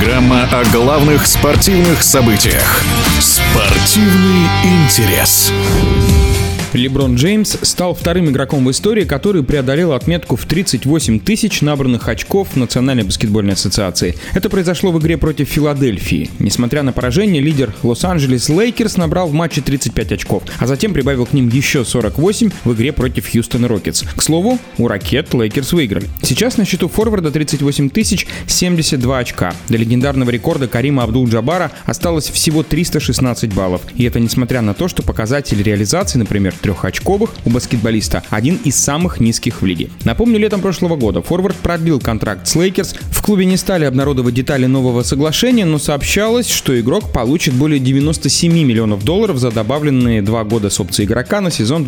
Программа о главных спортивных событиях. Спортивный интерес. Леброн Джеймс стал вторым игроком в истории, который преодолел отметку в 38 тысяч набранных очков Национальной баскетбольной ассоциации. Это произошло в игре против Филадельфии. Несмотря на поражение, лидер Лос-Анджелес Лейкерс набрал в матче 35 очков, а затем прибавил к ним еще 48 в игре против Хьюстон Рокетс. К слову, у Рокет Лейкерс выиграли. Сейчас на счету форварда 38 тысяч 72 очка. До легендарного рекорда Карима Абдул-Джаббара осталось всего 316 баллов. И это несмотря на то, что показатель реализации, например, трехочковых у баскетболиста один из самых низких в лиге. Напомню, летом прошлого года форвард продлил контракт с Лейкерс. В клубе не стали обнародовать детали нового соглашения, но сообщалось, что игрок получит более 97 миллионов долларов за добавленные 2 года с опцией игрока на сезон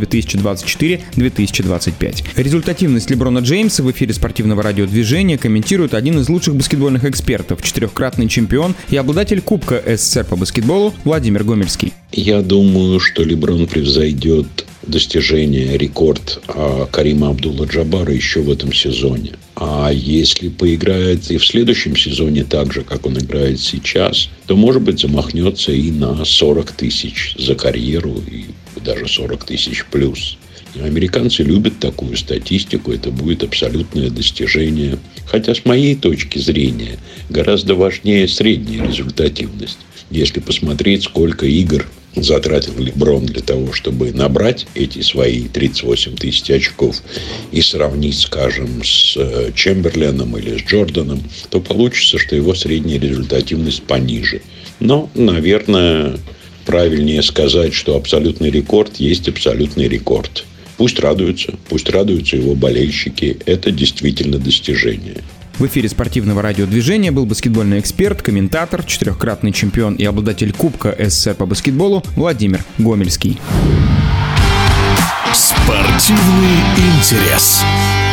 2024-2025. Результативность Леброна Джеймса в эфире спортивного радиодвижения комментирует один из лучших баскетбольных экспертов, 4-кратный чемпион и обладатель Кубка СССР по баскетболу Владимир Гомельский. Я думаю, что Леброн превзойдет достижение, рекорд Карима Абдула-Джаббара еще в этом сезоне. А если поиграет и в следующем сезоне так же, как он играет сейчас, то, может быть, замахнется и на 40 тысяч за карьеру, и даже 40 тысяч плюс. Американцы любят такую статистику, это будет абсолютное достижение. Хотя, с моей точки зрения, гораздо важнее средняя результативность. Если посмотреть, сколько игр затратил Леброн для того, чтобы набрать эти свои 38 тысяч очков и сравнить, скажем, с Чемберленом или с Джорданом, то получится, что его средняя результативность пониже. Но, наверное, правильнее сказать, что абсолютный рекорд есть абсолютный рекорд. Пусть радуются его болельщики. Это действительно достижение. В эфире спортивного радиодвижения был баскетбольный эксперт, комментатор, 4-кратный чемпион и обладатель Кубка СССР по баскетболу Владимир Гомельский. Спортивный интерес.